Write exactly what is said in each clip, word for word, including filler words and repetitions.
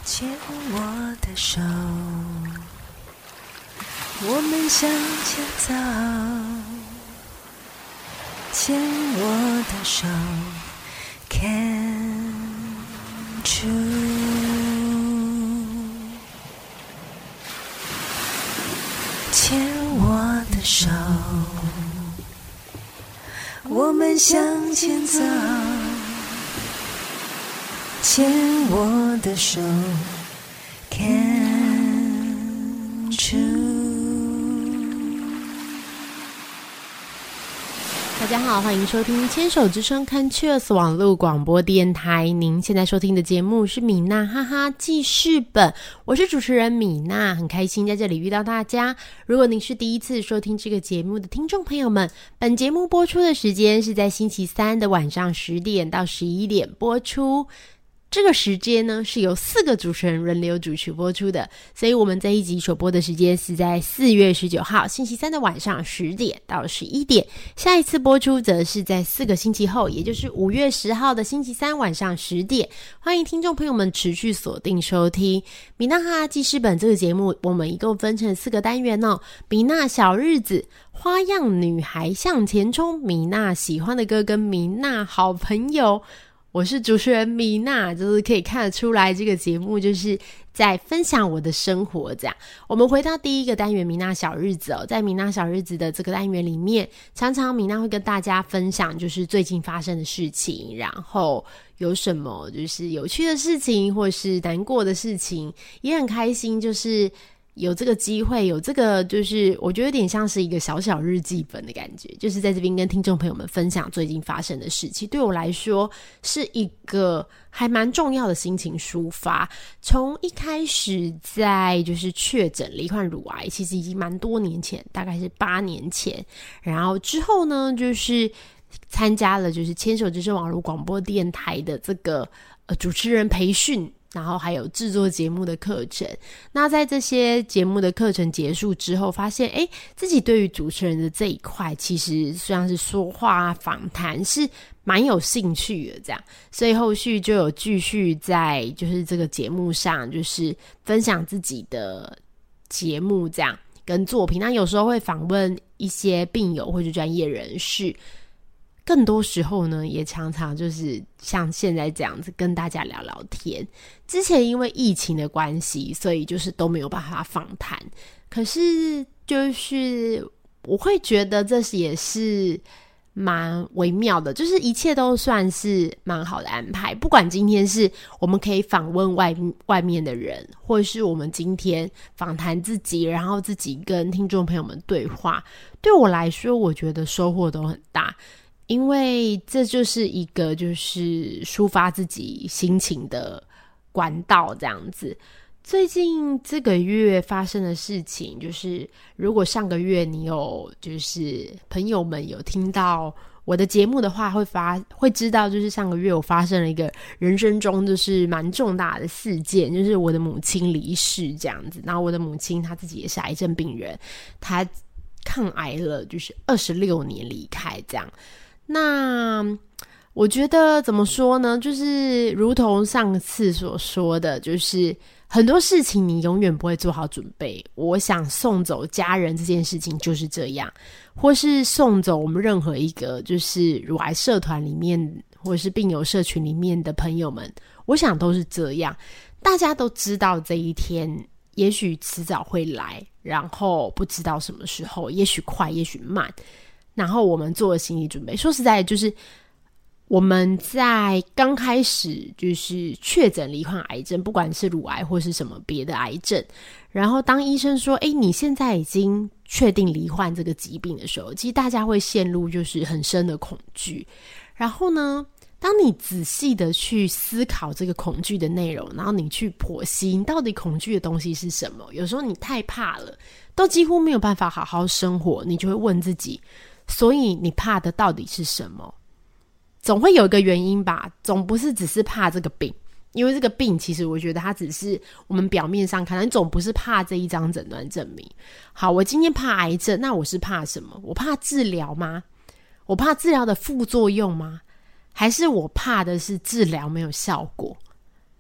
牵我的手，我们向前走，牵我的手 Can true， 牵我的手，我们向前走，牵我的手 Can true。 大家好，欢迎收听牵手之声 Can Cheers 网络广播电台。您现在收听的节目是米娜哈哈记事本，我是主持人米娜，很开心在这里遇到大家。如果您是第一次收听这个节目的听众朋友们，本节目播出的时间是在星期三的晚上十点到十一点播出。这个时间呢是由四个主持人轮流主持播出的，所以我们这一集首播的时间是在四月十九号星期三的晚上十点到十一点，下一次播出则是在四个星期后，也就是五月十号的星期三晚上十点。欢迎听众朋友们持续锁定收听米娜哈哈记事本这个节目，我们一共分成四个单元哦：米娜小日子、花样女孩向前冲、米娜喜欢的歌跟米娜好朋友。我是主持人米娜，就是可以看得出来这个节目就是在分享我的生活这样。我们回到第一个单元米娜小日子哦，在米娜小日子的这个单元里面，常常米娜会跟大家分享就是最近发生的事情，然后有什么就是有趣的事情或是难过的事情，也很开心就是有这个机会，有这个就是我觉得有点像是一个小小日记本的感觉，就是在这边跟听众朋友们分享最近发生的事情，对我来说是一个还蛮重要的心情抒发。从一开始在就是确诊罹患乳癌，其实已经蛮多年前，大概是八年前，然后之后呢就是参加了就是牵手之声网络广播电台的这个呃主持人培训，然后还有制作节目的课程。那在这些节目的课程结束之后，发现诶自己对于主持人的这一块其实像是说话访谈是蛮有兴趣的这样，所以后续就有继续在就是这个节目上就是分享自己的节目这样跟作品。那有时候会访问一些病友或者专业人士，更多时候呢也常常就是像现在这样子跟大家聊聊天。之前因为疫情的关系，所以就是都没有办法访谈，可是就是我会觉得这也是蛮微妙的，就是一切都算是蛮好的安排。不管今天是我们可以访问外外面的人，或是我们今天访谈自己，然后自己跟听众朋友们对话，对我来说我觉得收获都很大，因为这就是一个就是抒发自己心情的管道这样子。最近这个月发生的事情，就是如果上个月你有就是朋友们有听到我的节目的话，会发会知道就是上个月我发生了一个人生中就是蛮重大的事件，就是我的母亲离世这样子。然后我的母亲她自己也是癌症病人，她抗癌了就是二十六年离开这样。那我觉得怎么说呢，就是如同上次所说的，就是很多事情你永远不会做好准备。我想送走家人这件事情就是这样，或是送走我们任何一个就是乳癌社团里面或是病友社群里面的朋友们，我想都是这样。大家都知道这一天也许迟早会来，然后不知道什么时候，也许快也许慢，然后我们做了心理准备。说实在就是我们在刚开始就是确诊罹患癌症，不管是乳癌或是什么别的癌症，然后当医生说诶你现在已经确定罹患这个疾病的时候，其实大家会陷入就是很深的恐惧。然后呢当你仔细的去思考这个恐惧的内容，然后你去剖析你到底恐惧的东西是什么，有时候你太怕了，都几乎没有办法好好生活，你就会问自己，所以你怕的到底是什么？总会有一个原因吧，总不是只是怕这个病，因为这个病其实我觉得它只是我们表面上看，你总不是怕这一张诊断证明。好，我今天怕癌症，那我是怕什么？我怕治疗吗？我怕治疗的副作用吗？还是我怕的是治疗没有效果？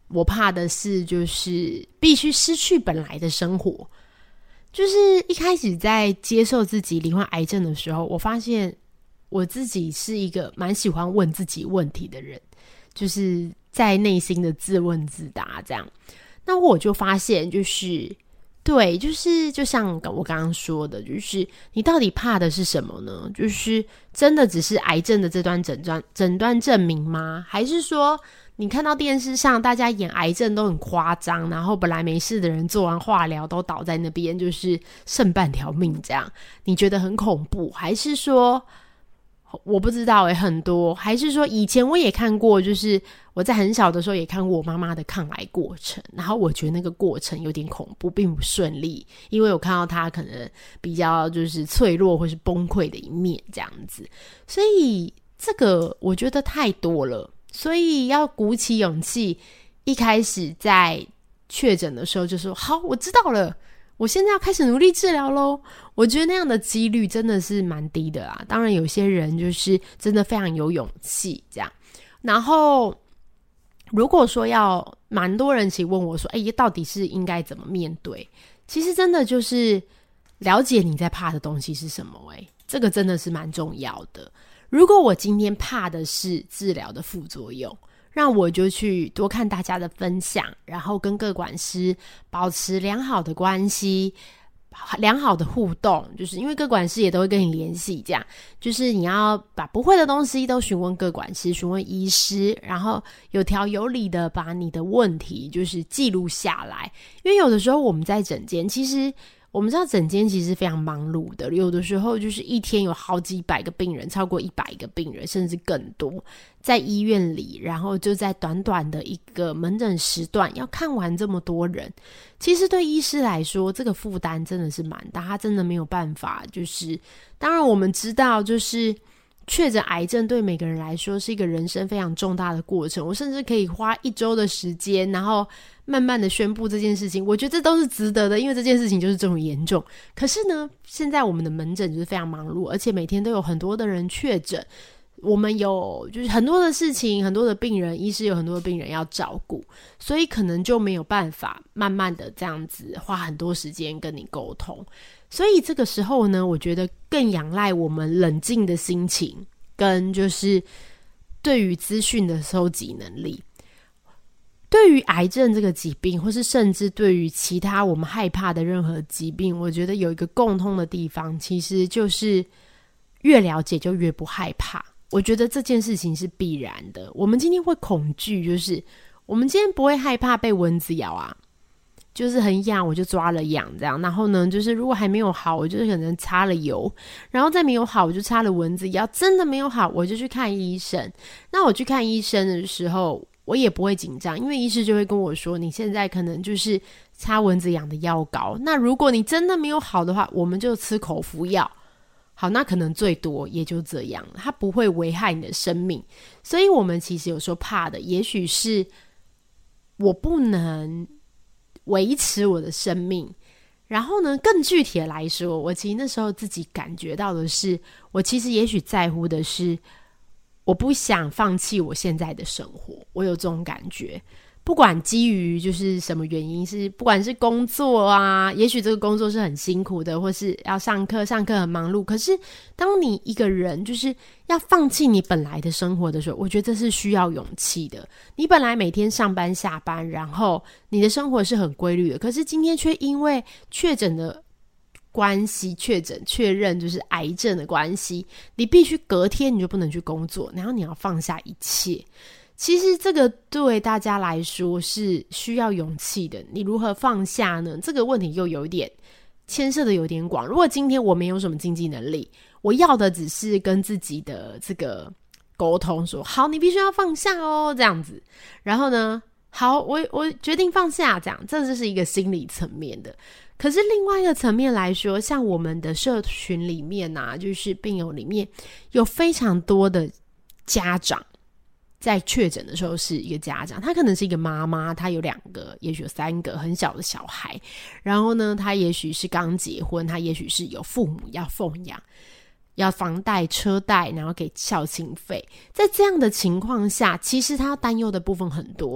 我怕的是就是必须失去本来的生活。就是一开始在接受自己罹患癌症的时候，我发现我自己是一个蛮喜欢问自己问题的人，就是在内心的自问自答这样。那我就发现就是对，就是就像我刚刚说的，就是你到底怕的是什么呢？就是真的只是癌症的这段诊断诊断证明吗？还是说你看到电视上大家演癌症都很夸张，然后本来没事的人做完化疗都倒在那边，就是剩半条命这样，你觉得很恐怖？还是说我不知道诶、欸、很多，还是说以前我也看过，就是我在很小的时候也看过我妈妈的抗癌过程，然后我觉得那个过程有点恐怖，并不顺利，因为我看到她可能比较就是脆弱或是崩溃的一面这样子，所以这个我觉得太多了，所以要鼓起勇气，一开始在确诊的时候就说好，我知道了，我现在要开始努力治疗咯。我觉得那样的几率真的是蛮低的啦，当然有些人就是真的非常有勇气这样。然后如果说要蛮多人其实问我说诶，到底是应该怎么面对，其实真的就是了解你在怕的东西是什么，诶，这个真的是蛮重要的。如果我今天怕的是治疗的副作用，让我就去多看大家的分享，然后跟个管师保持良好的关系，良好的互动，就是因为个管师也都会跟你联系，这样就是你要把不会的东西都询问个管师，询问医师，然后有条有理的把你的问题就是记录下来。因为有的时候我们在诊间，其实我们知道诊间其实非常忙碌的，有的时候就是一天有好几百个病人，超过一百个病人甚至更多在医院里，然后就在短短的一个门诊时段要看完这么多人，其实对医师来说这个负担真的是蛮大，他真的没有办法，就是当然我们知道就是确诊癌症对每个人来说是一个人生非常重大的过程，我甚至可以花一周的时间然后慢慢的宣布这件事情，我觉得这都是值得的，因为这件事情就是这么严重。可是呢现在我们的门诊就是非常忙碌，而且每天都有很多的人确诊，我们有就是很多的事情，很多的病人，医师有很多的病人要照顾，所以可能就没有办法慢慢的这样子花很多时间跟你沟通。所以这个时候呢，我觉得更仰赖我们冷静的心情跟就是对于资讯的收集能力。对于癌症这个疾病，或是甚至对于其他我们害怕的任何疾病，我觉得有一个共通的地方，其实就是越了解就越不害怕。我觉得这件事情是必然的。我们今天会恐惧，就是我们今天不会害怕被蚊子咬啊，就是很痒我就抓了痒这样，然后呢就是如果还没有好我就是可能擦了油，然后再没有好我就擦了蚊子药，真的没有好我就去看医生。那我去看医生的时候我也不会紧张，因为医师就会跟我说你现在可能就是擦蚊子痒的药膏，那如果你真的没有好的话我们就吃口服药，好，那可能最多也就这样，它不会危害你的生命。所以我们其实有时候怕的也许是我不能维持我的生命，然后呢更具体的来说，我其实那时候自己感觉到的是，我其实也许在乎的是我不想放弃我现在的生活，我有这种感觉。不管基于就是什么原因，是不管是工作啊，也许这个工作是很辛苦的，或是要上课上课很忙碌，可是当你一个人就是要放弃你本来的生活的时候，我觉得这是需要勇气的。你本来每天上班下班，然后你的生活是很规律的，可是今天却因为确诊的关系，确诊确认就是癌症的关系，你必须隔天你就不能去工作，然后你要放下一切。其实这个对大家来说是需要勇气的，你如何放下呢？这个问题又有一点牵涉的有点广。如果今天我没有什么经济能力，我要的只是跟自己的这个沟通说好你必须要放下哦这样子，然后呢好我我决定放下，这样这就是一个心理层面的。可是另外一个层面来说，像我们的社群里面啊，就是病友里面有非常多的家长在确诊的时候是一个家长，他可能是一个妈妈，他有两个也许有三个很小的小孩，然后呢他也许是刚结婚，他也许是有父母要奉养，要房贷车贷，然后给孝亲费。在这样的情况下，其实他担忧的部分很多，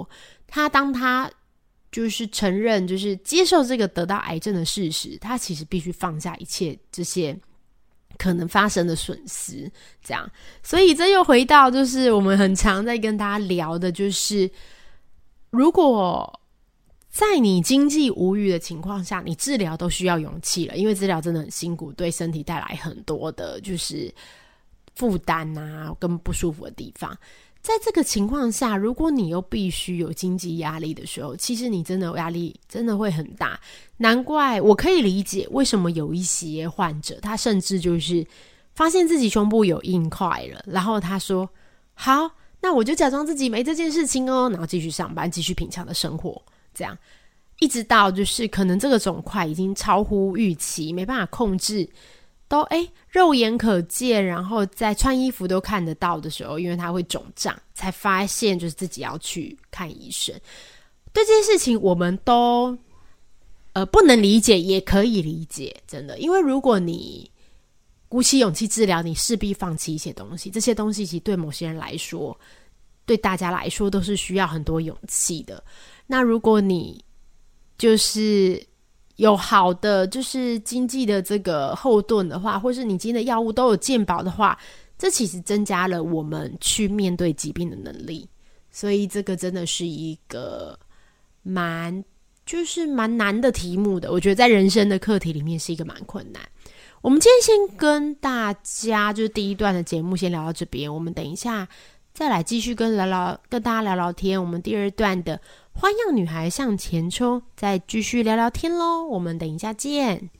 他当他就是承认就是接受这个得到癌症的事实，他其实必须放下一切这些可能发生的损失，这样。所以这又回到就是我们很常在跟大家聊的，就是如果在你经济无虞的情况下，你治疗都需要勇气了，因为治疗真的很辛苦，对身体带来很多的就是负担啊跟不舒服的地方。在这个情况下，如果你又必须有经济压力的时候，其实你真的压力真的会很大。难怪我可以理解为什么有一些患者他甚至就是发现自己胸部有硬块了，然后他说好，那我就假装自己没这件事情哦，然后继续上班，继续平常的生活，这样一直到就是可能这个肿块已经超乎预期，没办法控制，都诶肉眼可见，然后在穿衣服都看得到的时候，因为它会肿胀，才发现就是自己要去看医生。对这件事情我们都呃不能理解也可以理解，真的，因为如果你鼓起勇气治疗，你势必放弃一些东西，这些东西其实对某些人来说，对大家来说都是需要很多勇气的。那如果你就是有好的就是经济的这个后盾的话，或是你今天的药物都有健保的话，这其实增加了我们去面对疾病的能力。所以这个真的是一个蛮就是蛮难的题目的，我觉得在人生的课题里面是一个蛮困难。我们今天先跟大家就是第一段的节目先聊到这边，我们等一下再来继续跟聊聊跟大家聊聊天。我们第二段的花样女孩向前冲再继续聊聊天咯，我们等一下见。